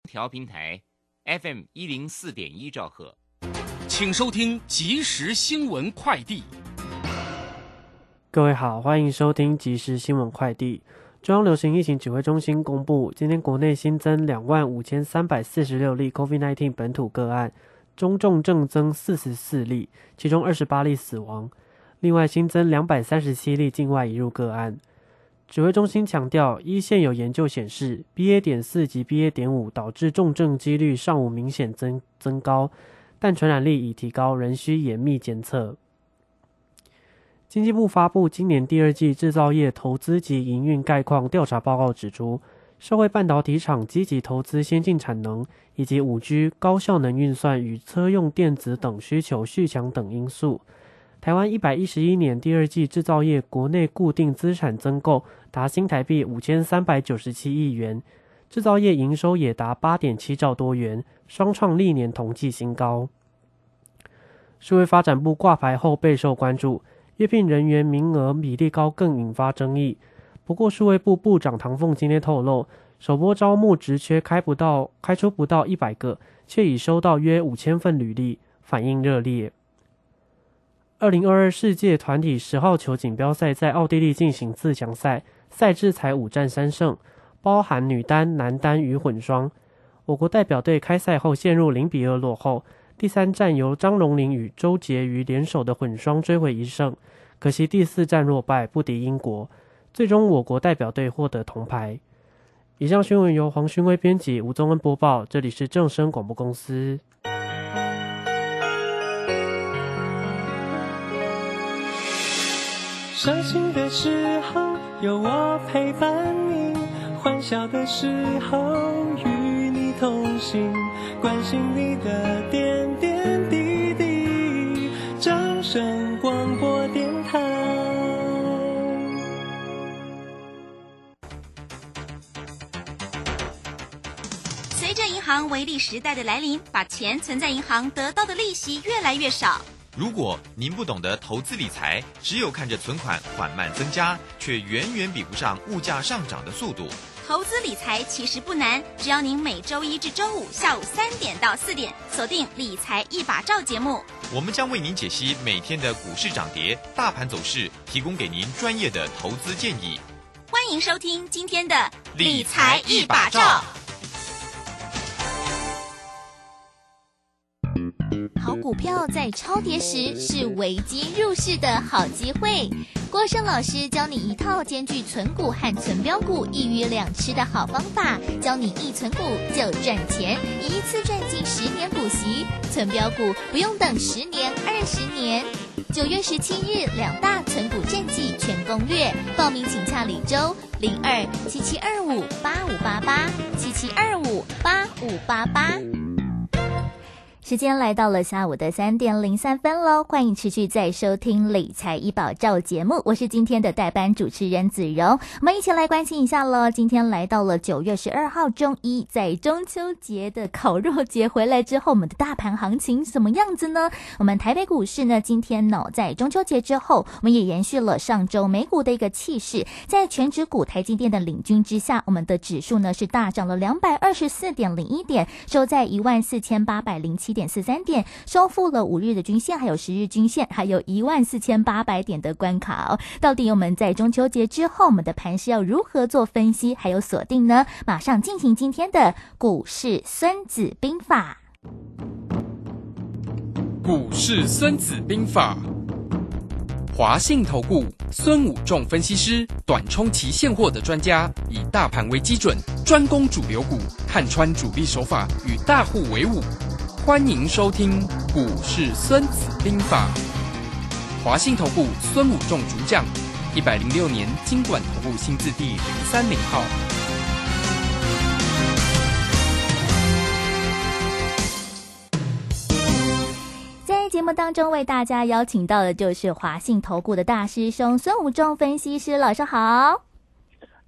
调频台 FM 104.1兆赫， 请收听即时新闻快递。 各位好，欢迎收听即时新闻快递。中央流行疫情指挥中心公布，今天国内新增25346例 COVID-19 本土个案，中重症增44例，其中28例死亡。另外新增237例境外移入个案。指挥中心强调，依现有研究显示 BA.4 及 BA.5 导致重症几率尚无明显增高，但传染力已提高，仍需严密监测。经济部发布今年第二季制造业投资及营运概况调查报告指出，社会半导体厂积极投资先进产能，以及 5G 高效能运算与车用电子等需求续强等因素，台湾111年第二季制造业国内固定资产增购达新台币5397亿元，制造业营收也达 8.7 兆多元，双创历年同期新高。数位发展部挂牌后备受关注，约聘人员名额比例高更引发争议。不过数位部部长唐凤今天透露，首波招募职缺开出不到100个，却已收到约5000份履历，反应热烈。2022世界团体10号球锦标赛在奥地利进行4强赛，赛制才5战3胜，包含女单、男单与混双。我国代表队开赛后陷入0-2落后，第3战由张荣麟与周婕妤联手的混双追回1胜，可惜第4战落败，不敌英国，最终我国代表队获得铜牌。以上新闻由黄勋威编辑，吴宗恩播报，这里是正声广播公司。 伤心的时候有我陪伴你，欢笑的时候与你同行，关心你的点点滴滴。正声广播电台。 随着银行微利时代的来临，把钱存在银行得到的利息越来越少。 如果您不懂得投资理财，只有看着存款缓慢增加，却远远比不上物价上涨的速度。 投资理财其实不难，只要您每周一至周五下午3点到4点锁定理财一把照节目， 我们将为您解析每天的股市涨跌、大盘走势，提供给您专业的投资建议。 欢迎收听今天的理财一把照。好股票在超跌时是危机入市的好机会。郭生老师教你一套兼具存股和存标股一鱼两吃的好方法，教你一存股就赚钱，一次赚进10年股息，存标股不用等10年、20年。9月17日2大存股战绩全攻略，报名请洽李周02-7725-8588，7725-8588。时间来到了下午的3点03分喽，欢迎持续在收听理财一宝照节目，我是今天的代班主持人子荣，我们一起来关心一下咯。今天来到了9月12号周一，在中秋节的烤肉节回来之后，我们的大盘行情什么样子呢？我们台北股市呢，今天呢在中秋节之后，我们也延续了上周美股的一个气势，在全指股台积电的领军之下，我们的指数呢是大涨了224.01点，收在14807.43点，收复了5日的均线，还有10日均线，还有14800点的关卡哦。到底我们在中秋节之后，我们的盘势要如何做分析，还有锁定呢？马上进行今天的股市孙子兵法。 股市孙子兵法，华信投顾孙武仲分析师，短冲期现货的专家，以大盘为基准，专攻主流股，看穿主力手法，与大户为伍。欢迎收听股市孙子兵法。华信投顾孙武仲主讲，106年金管投顾新字第030号。 在节目当中为大家邀请到的就是华信投顾的大师兄孙武仲分析师，老师好。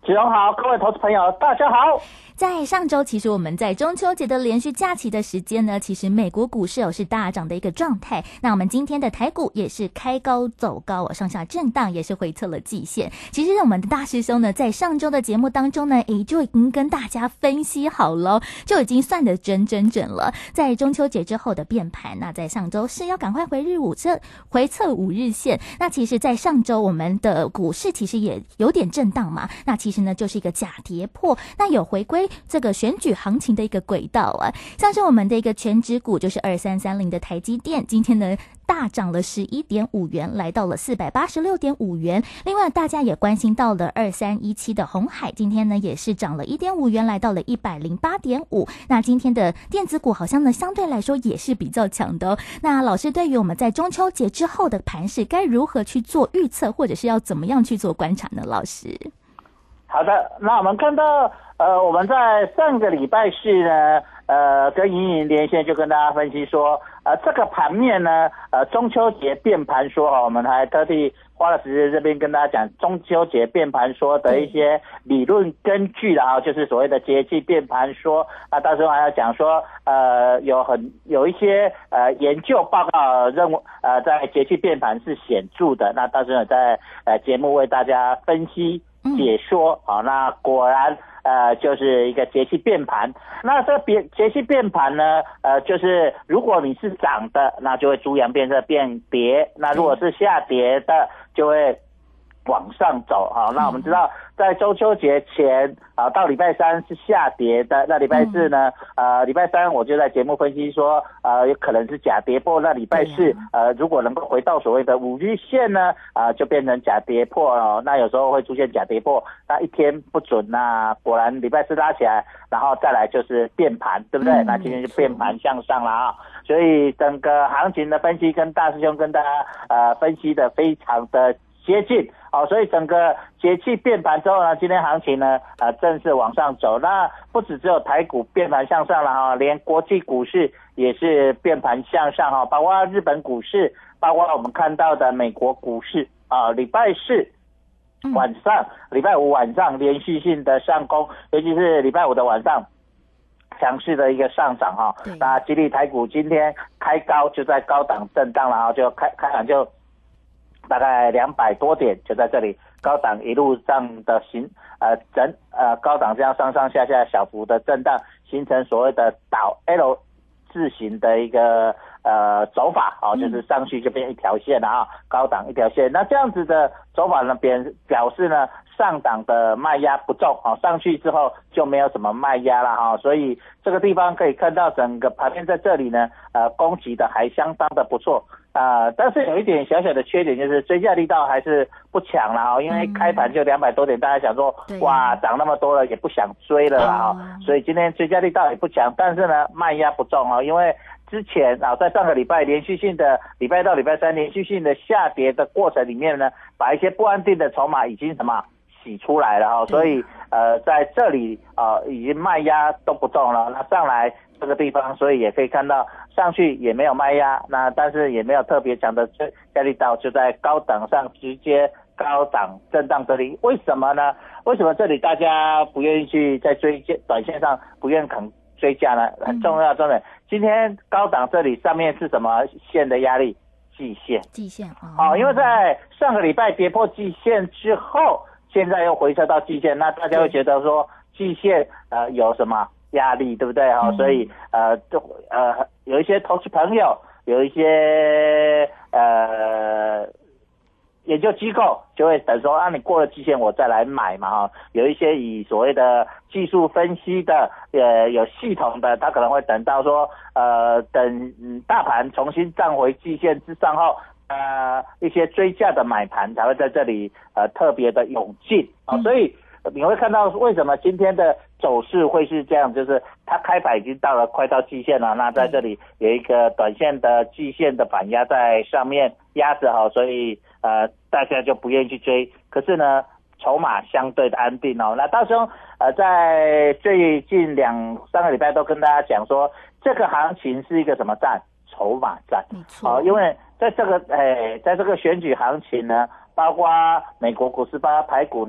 子荣好，各位投资朋友大家好。 在上周，其实我们在中秋节的连续假期的时间呢，其实美国股市是大涨的一个状态。那我们今天的台股也是开高走高，上下震荡，也是回测了季线。其实我们的大师兄呢，在上周的节目当中呢，就已经跟大家分析好了，就已经算得准了。在中秋节之后的变盘，那在上周是要赶快回测5日线。那其实在上周我们的股市其实也有点震荡嘛，那其实呢就是一个假跌破，那有回归这个选举行情的一个轨道啊。像是我们的一个全指股就是2330的台积电，今天呢大涨了11.5元，来到了486.5元。另外大家也关心到了2317的鸿海，今天呢也是涨了1.5元，来到了108.5。那今天的电子股好像呢相对来说也是比较强的那老师，对于我们在中秋节之后的盘势该如何去做预测，或者是要怎么样去做观察呢？老师。 好的，那我们看到我们在上个礼拜四呢跟莹莹连线就跟大家分析说这个盘面呢中秋节变盘说我们还特地花了时间这边跟大家讲中秋节变盘说的一些理论根据啦就是所谓的节气变盘说那到时候还要讲说有一些研究报告认为在节气变盘是显著的，那到时候在节目为大家分析解说好，那果然就是一个节气变盘。那这节气变盘呢就是如果你是涨的，那就会猪羊变色变跌，那如果是下跌的就会往上走。好，那我们知道在中秋节前到礼拜三是下跌的，那礼拜四呢礼拜三我就在节目分析说有可能是假跌破，那礼拜四如果能够回到所谓的5日线呢就变成假跌破那有时候会出现假跌破，那一天不准，那果然礼拜四拉起来，然后再来就是变盘，对不对？那今天就变盘向上了所以整个行情的分析跟大师兄跟大家分析的非常的接近所以整个节气变盘之后呢，今天行情呢正式往上走。那不只只有台股变盘向上了连国际股市也是变盘向上包括日本股市，包括我们看到的美国股市礼拜四晚上礼拜五晚上连续性的上攻，尤其是礼拜五的晚上强势的一个上涨那吉利台股今天开高就在高档震荡了就开盘就大概200多点，就在这里高档一路上的高档这样上上下下小幅的震荡，形成所谓的倒 L 字形的一个走法就是上去就变一条线了高档一条线。那这样子的走法呢表示呢上档的卖压不重上去之后就没有什么卖压了所以这个地方可以看到整个盘面在这里呢攻击的还相当的不错但是有一点小小的缺点，就是追价力道还是不强了因为开盘就200多点，大家想说哇涨那么多了也不想追了啦所以今天追价力道也不强，但是呢卖压不重因为之前在上个礼拜连续性的礼拜到礼拜三连续性的下跌的过程里面呢，把一些不安定的筹码已经洗出来了所以在这里已经卖压都不重了，那上来这个地方，所以也可以看到上去也没有卖压，那但是也没有特别强的压力道，就在高档上直接高档震荡这里。为什么呢？为什么这里大家不愿意去在短线上不愿肯追价呢？很重要重点，今天高档这里上面是什么线的压力？季线因为在上个礼拜跌破季线之后，现在又回撤到季线，那大家会觉得说季线有什么压力，对不对所以有一些投资朋友，有一些研究机构就会等说你过了季线我再来买嘛有一些以所谓的技术分析的有系统的，他可能会等到说等大盘重新站回季线之上后一些追价的买盘才会在这里特别的涌进所以你会看到为什么今天的走势会是这样，就是它开盘已经快到季线了，那在这里有一个短线的季线的反压在上面压着所以大家就不愿意去追，可是呢筹码相对的安定那到时候在最近2-3个礼拜都跟大家讲说，这个行情是一个什么战？筹码战。没错因为在这个选举行情呢，包括美国股市包括台股呢，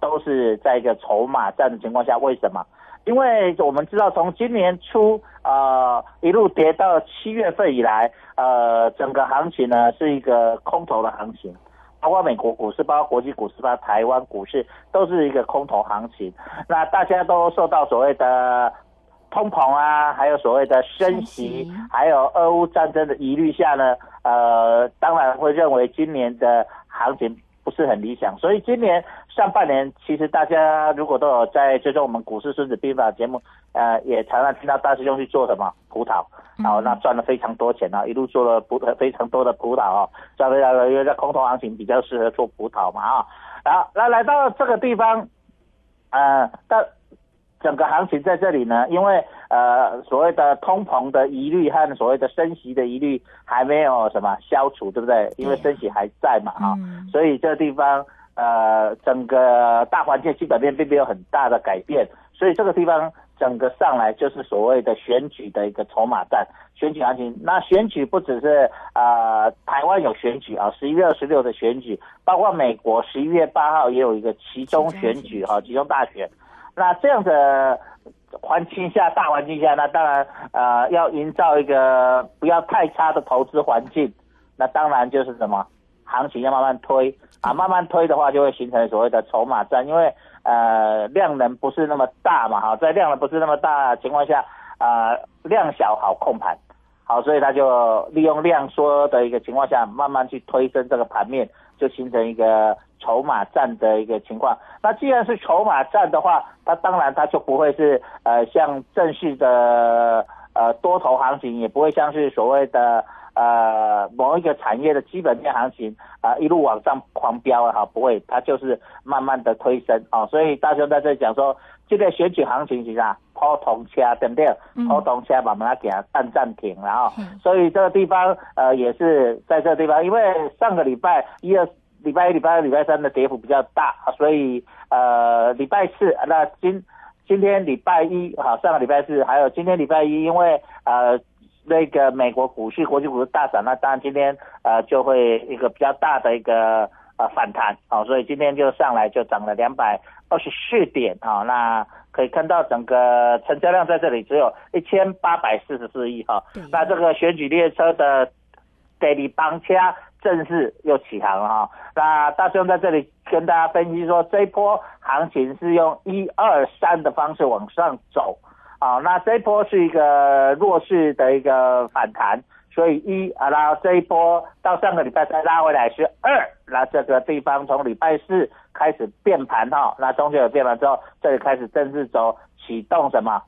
都是在一个筹码战的情况下。为什么？因为我们知道从今年初一路跌到7月份以来，整个行情呢是一个空头的行情，包括美国股市，包括国际股市，包括台湾股市，都是一个空头行情。那大家都受到所谓的通膨啊，还有所谓的升息，还有俄乌战争的疑虑下呢，当然会认为今年的行情不是很理想。所以今年上半年，其实大家如果都有在追踪我们股市孙子兵法节目，也常常听到大师兄去做什么葡萄，那赚了非常多钱一路做了非常多的葡萄赚了非常多，因为在空头行情比较适合做葡萄嘛然后来到这个地方，但整个行情在这里呢，因为所谓的通膨的疑虑和所谓的升息的疑虑还没有什么消除，对不对？因为升息还在嘛所以这个地方整个大环境基本面并没有很大的改变，所以这个地方整个上来就是所谓的选举的一个筹码战，选举行情。那选举不只是台湾有选举11月26的选举，包括美国11月8号也有一个期中选举期中大选。那这样的大环境下，那当然要营造一个不要太差的投资环境，那当然就是什么行情要慢慢推慢慢推的话，就会形成所谓的筹码战，因为量能不是那么大嘛在量能不是那么大的情况下，量小好控盘，所以他就利用量缩的一个情况下，慢慢去推升这个盘面，就形成一个筹码战的一个情况。那既然是筹码战的话，它当然它就不会是像正式的多头行情，也不会像是所谓的某一个产业的基本面行情一路往上狂飙不会，它就是慢慢的推升所以大兄在这里讲说，这个选举行情是啥？普通车对不对？普通车慢慢给它暂停了所以这个地方也是在这个地方，因为上个礼拜礼拜一、礼拜二、礼拜三的跌幅比较大所以礼拜四那今天礼拜一上个礼拜四还有今天礼拜一，因为那个美国股市、国际股市大涨，那当然今天就会一个比较大的一个反弹所以今天就上来就涨了224点那可以看到整个成交量在这里只有1844亿那这个选举列车的第二班车正式又起航了那大兄在这里跟大家分析说，这一波行情是用1、2、3的方式往上走那这一波是一个弱势的一个反弹，所以然后这一波到上个礼拜再拉回来是2，那这个地方从礼拜四开始变盘那中间有变盘之后，这里开始正式走启动什么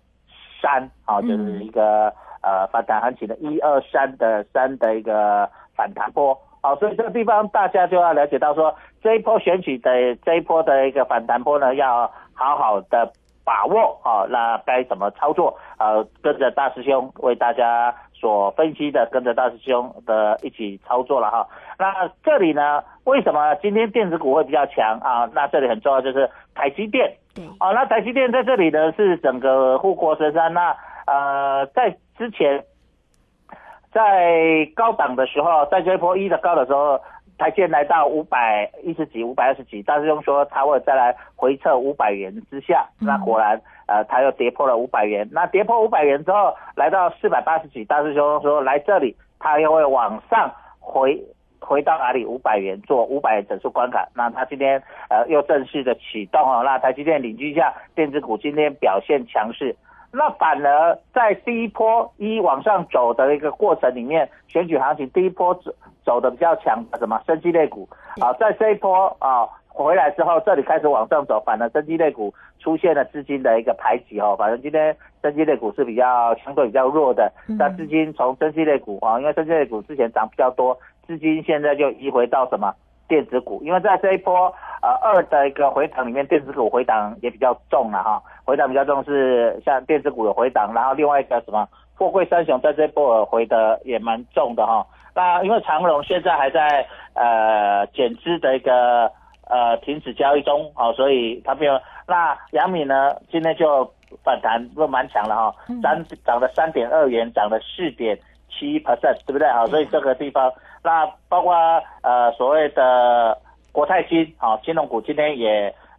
3就是一个反弹行情的1、2、3的3的一个反弹波所以这个地方大家就要了解到说，这一波选举的这一波的一个反弹波呢，要好好的把握那该怎么操作跟着大师兄为大家所分析的，跟着大师兄的一起操作了那这里呢，为什么今天电子股会比较强那这里很重要就是台积电那台积电在这里呢是整个护国神山。那在之前在高档的时候，在这一波的高的时候，台积电来到510几、520几，大师兄说他会再来回测500元之下，那果然他又跌破了500元。那跌破500元之后，来到480几，大师兄说来这里他又会往上回到哪里？500元做500元整数关卡。那他今天又正式的启动那台积电领军下，电子股今天表现强势。那反而在第一波往上走的一个过程里面，选举行情第一波走的比较强的什么生技类股在这一波回来之后，这里开始往上走，反而生技类股出现了资金的一个排挤反正今天生技类股是相对比较弱的，那资金从生技类股因为生技类股之前涨比较多，资金现在就移回到什么电子股，因为在这一波2的一个回档里面，电子股回档也比较重了回档比较重是像电子股有回档，然后另外一个什么货柜三雄在这一波回的也蛮重的那因为长荣现在还在减资的一个停止交易中所以它没有。那阳明呢今天就反弹都蛮强了涨了3.2元，涨了4.7%，对不对所以这个地方，那包括所谓的国泰金金融股今天也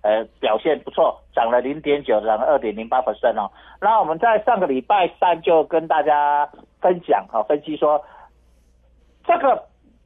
表现不错，涨了 0.9%， 涨了 2.08% 哦。那我们在上个礼拜三就跟大家分析说，这个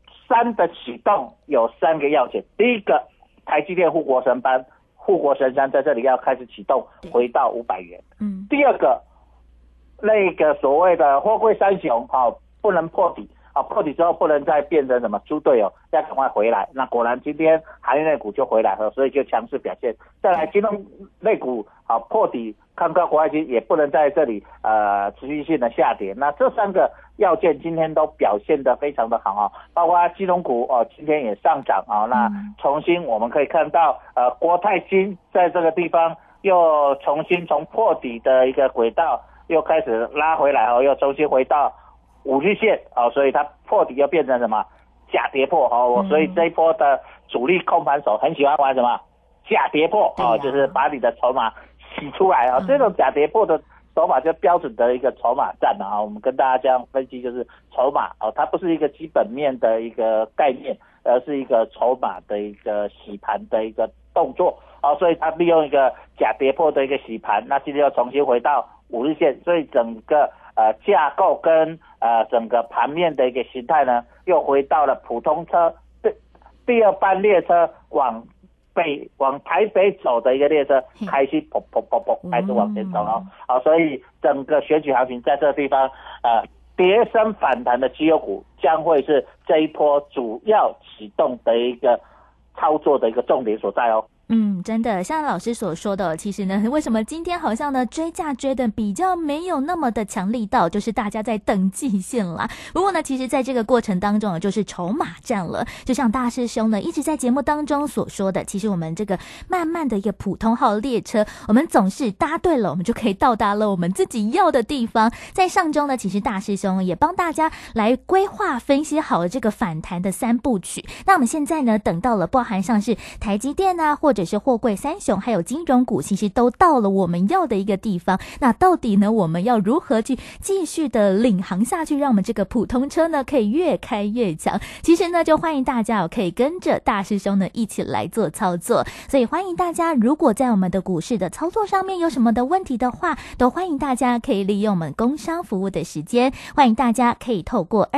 3的启动有3个要件。第一个，台积电护国神山在这里要开始启动，回到500元。第二个，那个所谓的货柜三雄不能破底。破底之后不能再变成什么猪队友，要赶快回来。那果然今天航运类股就回来了，所以就强势表现。再来金融类股破底，看到国外金也不能在这里持续性的下跌。那这3个要件今天都表现得非常的好包括金融股今天也上涨那重新我们可以看到国泰金在这个地方又重新从破底的一个轨道又开始拉回来又重新回到5日线所以它破底又变成什么假跌破所以这一波的主力控盘手很喜欢玩什么假跌破就是把你的筹码洗出来这种假跌破的手法就标准的一个筹码战我们跟大家这样分析，就是筹码它不是一个基本面的一个概念，而是一个筹码的一个洗盘的一个动作所以它利用一个假跌破的一个洗盘，那今天又重新回到5日线，所以整个架构跟整个盘面的一个形态呢，又回到了普通车第二班列车往台北走的一个列车开始砰砰砰砰开始往前走所以整个选举行情在这个地方跌升反弹的绩优股将会是这一波主要启动的一个操作的一个重点所在真的像老师所说的，其实呢，为什么今天好像呢追价追的比较没有那么的强力道，就是大家在等季线啦。不过呢，其实在这个过程当中就是筹码战了。就像大师兄呢一直在节目当中所说的，其实我们这个慢慢的一个普通号列车，我们总是搭对了，我们就可以到达了我们自己要的地方。在上周呢，其实大师兄也帮大家来规划分析好了这个反弹的3部曲。那我们现在呢，等到了包含像是台积电或者是货柜三雄还有金融股，其实都到了我们要的一个地方。那到底呢，我们要如何去继续的领航下去，让我们这个普通车呢可以越开越强？其实呢，就欢迎大家可以跟着大师兄呢一起来做操作。所以欢迎大家，如果在我们的股市的操作上面有什么的问题的话，都欢迎大家可以利用我们工商服务的时间，欢迎大家可以透过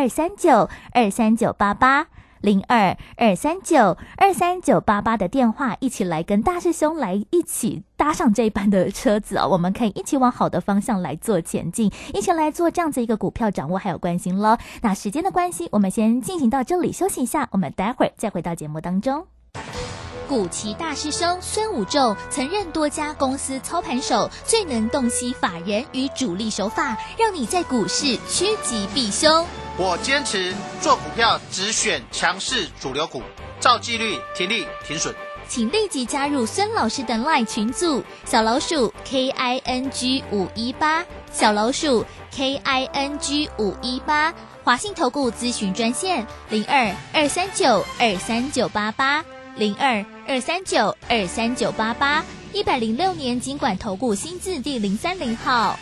239-2398802-239-23988的电话一起来跟大师兄来一起搭上这一班的车子我们可以一起往好的方向来做前进，一起来做这样子一个股票掌握还有关心咯。那时间的关系，我们先进行到这里休息一下，我们待会儿再回到节目当中。股期大师兄孙武仲曾任多家公司操盘手，最能洞悉法人与主力手法，让你在股市趋吉避凶。 我坚持做股票只选强势主流股，照纪律停利停损。 请立即加入孙老师的 LINE 群组，小老鼠 KING518， 小老鼠 KING518， 华信投顾咨询专线02-239-23988，02-239-23988，106年金管投顾新字第030号。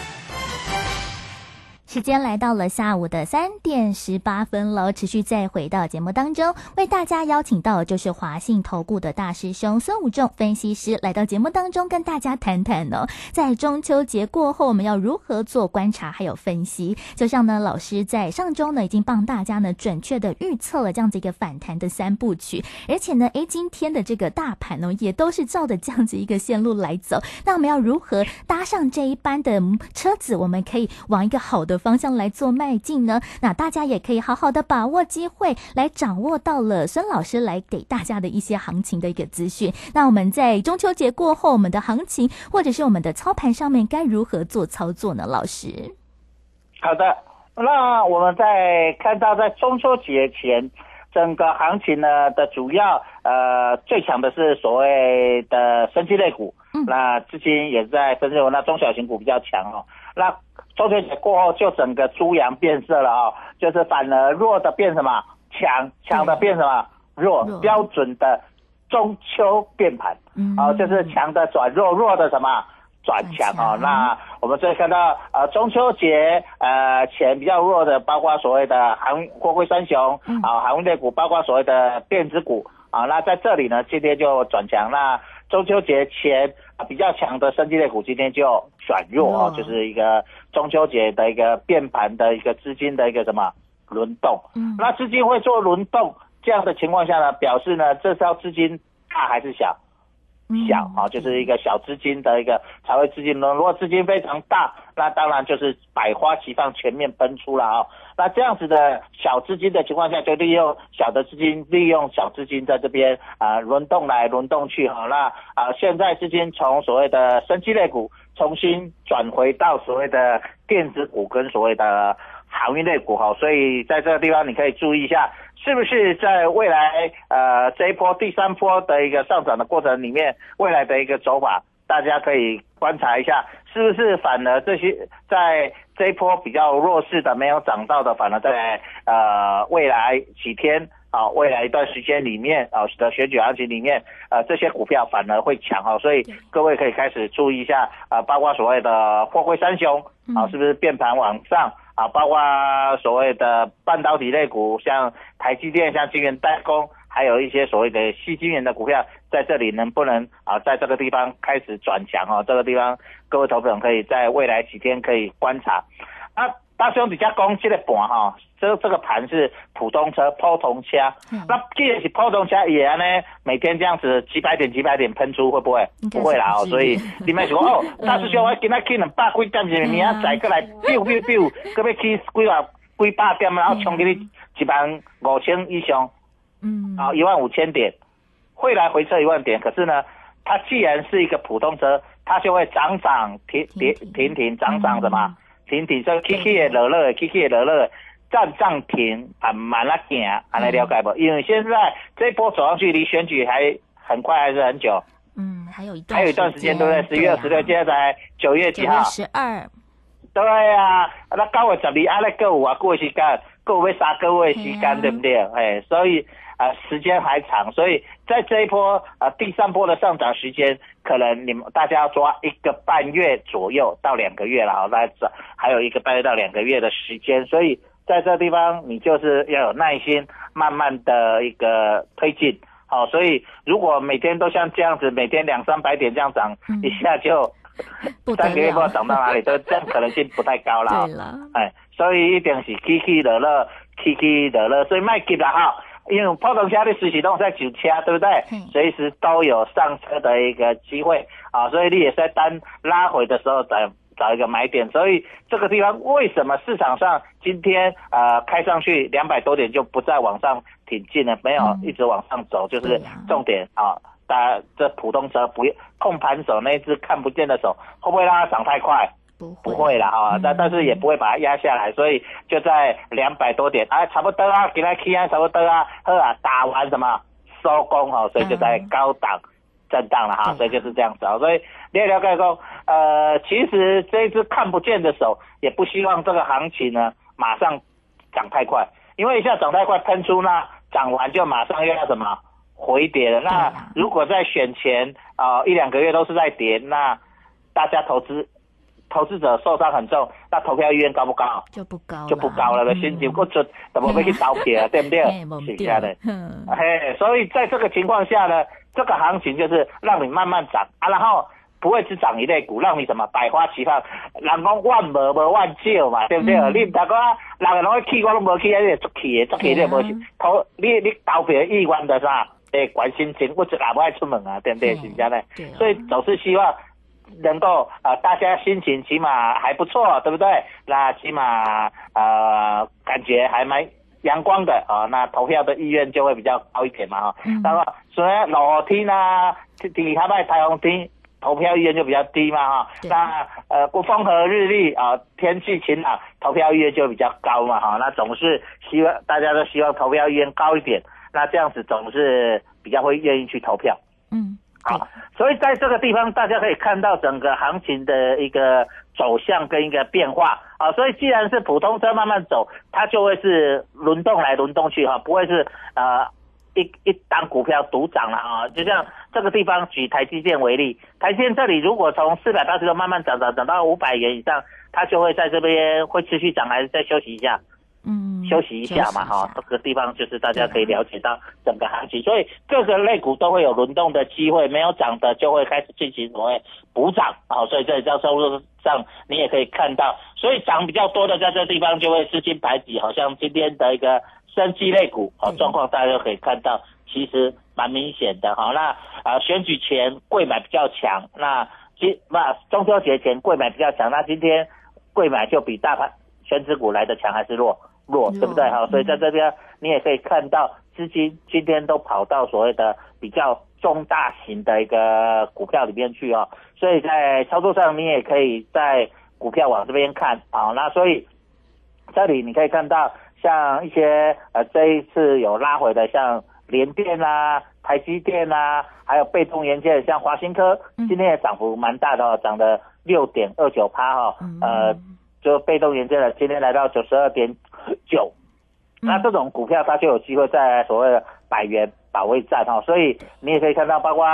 时间来到了下午的3点18分了，持续再回到节目当中，为大家邀请到的就是华信投顾的大师兄孙武仲分析师来到节目当中跟大家谈谈在中秋节过后我们要如何做观察还有分析。就像呢老师在上周呢已经帮大家呢准确的预测了这样子一个反弹的3部曲，而且呢今天的这个大盘也都是照着这样子一个线路来走。那我们要如何搭上这一班的车子，我们可以往一个好的方向来做迈进呢？那大家也可以好好的把握机会，来掌握到了孙老师来给大家的一些行情的一个资讯。那我们在中秋节过后，我们的行情或者是我们的操盘上面该如何做操作呢？老师， 好的，那我们在看到在中秋节前整个行情呢的主要最强的是所谓的生技类股，那资金也在分析那中小型股比较强那中秋节过后就整个猪羊变色了就是反而弱的变什么强，强的变什么弱，标准的中秋变盘就是强的转弱，弱的什么转强那我们这里看到中秋节前比较弱的包括所谓的货柜三雄航运类股，包括所谓的电子股那在这里呢今天就转强。那中秋节前比较强的生技类股今天就转弱就是一个中秋节的一个变盘的一个资金的一个什么轮动。那资金会做轮动，这样的情况下呢，表示呢这艘资金大还是小？小就是一个小资金的一个才会资金轮。如果资金非常大，那当然就是百花齐放，全面奔出了那这样子的小资金的情况下，就利用小的资金，利用小资金在这边轮动来轮动去那现在资金从所谓的生技类股重新转回到所谓的电子股跟所谓的航运类股所以在这个地方你可以注意一下，是不是在未来这一波第三波的一个上涨的过程里面，未来的一个走法，大家可以观察一下，是不是反而这些在这一波比较弱势的没有涨到的，反而在未来几天未来一段时间里面的选举行情里面这些股票反而会强所以各位可以开始注意一下包括所谓的货柜三雄是不是变盘往上包括所谓的半导体类股，像台积电、像晶圆代工，还有一些所谓的矽晶圆的股票，在这里能不能在这个地方开始转强这个地方各位投资人可以在未来几天可以观察。大兄比较讲这个盘这个盘是普通车、普通车，那既然是普通车，也呢每天这样子几百点喷出，会不会？不会啦所以你们说大师兄我今仔起200几点，明仔载过来biu，搁要去几百点，然后冲给你15000以上，15000点，会来回撤1万点，可是呢，它既然是一个普通车，它就会涨停，涨什么？停，所以起的落落的，站停慢啦行，安尼了解不？因为现在这一波走上去，离选举还很快，还是很久？ 还有一段时间，对不对？11月16，现在才9月几号 ？9月12。 对那9月12，还有偌久的时间，还有要3个月的时间，对不对？所以时间还长，所以在这一波第三波的上涨时间，可能大家要抓1个半月左右到2个月了那还有1个半月到2个月的时间，所以在这地方你就是要有耐心，慢慢的一个推进。所以如果每天都像这样子，每天200-300点这样涨，一下就3个月不知道涨到哪里，这样可能性不太高了。 对了， 所以一定是起落落，所以卖急了因为普通车的随时都在上车，对不对？随时都有上车的一个机会所以你也是在单拉回的时候找一个买点。所以这个地方为什么市场上今天开上去200多点就不再往上挺进了，没有一直往上走，就是重点大家这普通车不控盘手那一只看不见的手，会不会让它涨太快？不会啦但是也不会把它压下来，所以就在200多点差不多今天起差不多好打完什么收工所以就在高档震荡了所以就是这样子所以你也了解说其实这一只看不见的手也不希望这个行情呢马上涨太快，因为一下涨太快喷出那涨完就马上又要什么回跌了。那如果在选前1-2个月都是在跌，那大家投资者受伤很重，那投票意愿高不高？就不高了，心情不准，怎么会去投票对不对？是这样的。所以在这个情况下呢，这个行情就是让你慢慢涨然后不会只涨一类股，让你什么百花齐放。人讲万无万少嘛，对不对？你唔得讲人个拢会去，我拢无去，你足气的，你无你投票意愿的啥？关心情，我就也不爱出门对不对？是这样的。所以总是希望能够大家心情起码还不错，对不对？那起码感觉还蛮阳光的那投票的意愿就会比较高一点嘛那么所以落天天较歹台风天，投票意愿就比较低嘛那风和日丽天气晴朗，投票意愿就比较高嘛那总是希望大家都希望投票意愿高一点，那这样子总是比较会愿意去投票。所以在这个地方大家可以看到整个行情的一个走向跟一个变化所以既然是普通车慢慢走，它就会是轮动来轮动去不会是一档股票独涨了就像这个地方举台积电为例，台积电这里如果从480多慢慢涨到500元以上，它就会在这边会持续涨还是再休息一下？ 休息一下嘛哈，这个地方就是大家可以了解到整个行情，所以各个类股都会有轮动的机会，没有涨的就会开始进行所谓补涨啊，所以这张收入上你也可以看到，所以涨比较多的在这地方就会资金排挤，好像今天的一个生技类股状况大家就可以看到，其实蛮明显的哈。那选举前贵买比较强，那中秋节前贵买比较强，那今天贵买就比大盘全指股来的强还是弱，对不对哈？所以在这边你也可以看到资金今天都跑到所谓的比较中大型的一个股票里面去哦，所以在操作上你也可以在股票往这边看啊。那所以这里你可以看到像一些这一次有拉回的像联电啦、台积电啦，还有被动元件像华新科，今天也涨幅蛮大的哦，涨了 6.29% 哈，就被动元件的今天来到 92.9%，那这种股票它就有机会在所谓的100元保卫战哈，所以你也可以看到，包括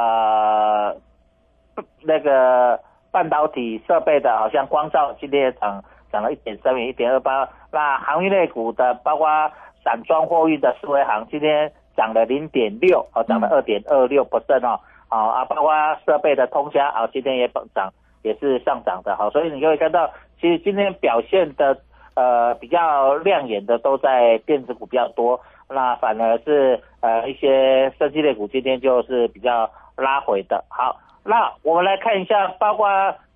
那个半导体设备的，好像光罩今天也涨了 1.3元 1.28%， 那航运类股的，包括散装货运的世维航今天涨了 0.6%， 涨了 2.26% 哦，包括设备的通家今天也涨，也是上涨的，好，所以你就会看到，其实今天表现的比较亮眼的都在电子股比较多，那反而是一些生技类股今天就是比较拉回的。好，那我们来看一下，包括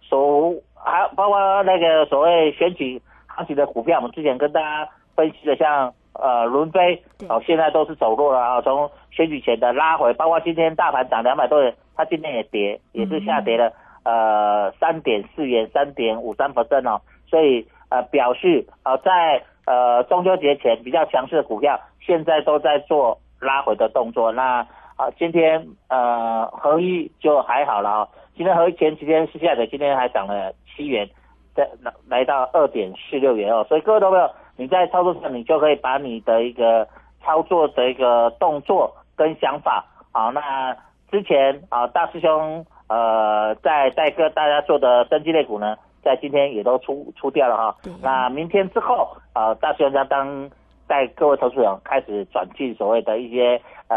那个所谓选举行情的股票，我们之前跟大家分析的像伦飞现在都是走弱了啊，从选举前的拉回，包括今天大盘涨200多元，它今天也跌，也是下跌了3.4元 3.53% 哦，所以表示在中秋节前比较强势的股票现在都在做拉回的动作。那今天合一就还好了啊，今天合一前几天是下跌，今天还涨了7元，来到 2.46 元哦，所以各位朋友你在操作上你就可以把你的一个操作的一个动作跟想法那之前大师兄在带大家做的生技类股呢，在今天也都出掉了哈。那明天之后大师兄将带各位投资者开始转进所谓的一些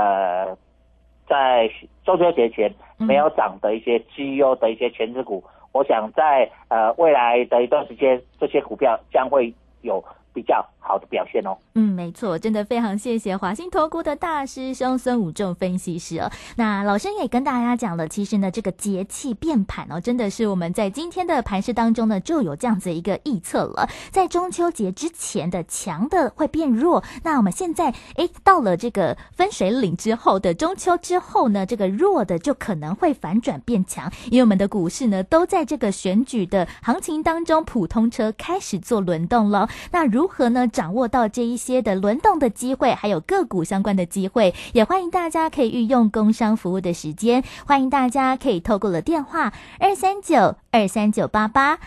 在中秋节前没有涨的一些绩优的一些全指股，我想在未来的一段时间，这些股票将会有比较好的表现哦。 没错，真的非常谢谢华信投顾的大师兄孙武仲分析师哦。那老师也跟大家讲了，其实呢这个节气变盘哦，真的是我们在今天的盘势当中呢就有这样子一个预测了，在中秋节之前的强的会变弱，那我们现在到了这个分水岭之后的中秋之后呢，这个弱的就可能会反转变强，因为我们的股市呢都在这个选举的行情当中，普通车开始做轮动了。那如何呢掌握到这一些的轮动的机会，还有个股相关的机会，也欢迎大家可以运用工商服务的时间，欢迎大家可以透过了电话239-23988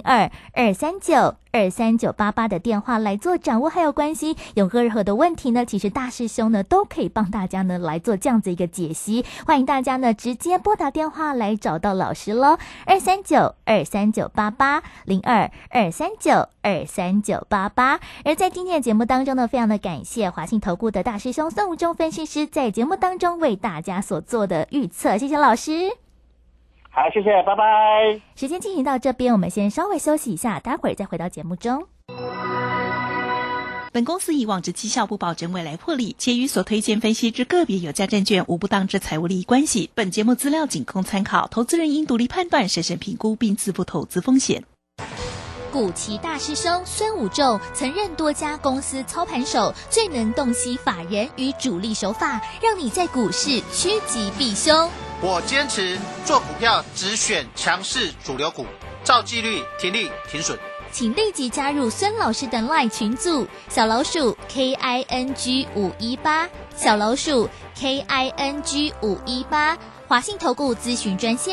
02-239-23988的电话来做掌握还有关系，有任何的问题呢，其实大师兄呢都可以帮大家呢来做这样子一个解析，欢迎大家呢直接拨打电话来找到老师咯239-23988 02-239-23988。而在今天的节目当中呢，非常的感谢华信投顾的大师兄孙武仲分析师在节目当中为大家所做的预测，谢谢老师。 好，谢谢，拜拜。 时间进行到这边，我们先稍微休息一下，待会儿再回到节目中。 本公司以往之绩效不保证未来获利，且与所推荐分析之个别有价证券无不当之财务利益关系。本节目资料仅供参考，投资人应独立判断、审慎评估并自负投资风险。 股期大师兄孙武仲曾任多家公司操盘手，最能洞悉法人与主力手法，让你在股市趋吉避凶。 我坚持做股票只选强势主流股，照纪律停利停损。 请立即加入孙老师的 LINE 群组，小老鼠 KING518， 小老鼠 KING518， 华信投顾咨询专线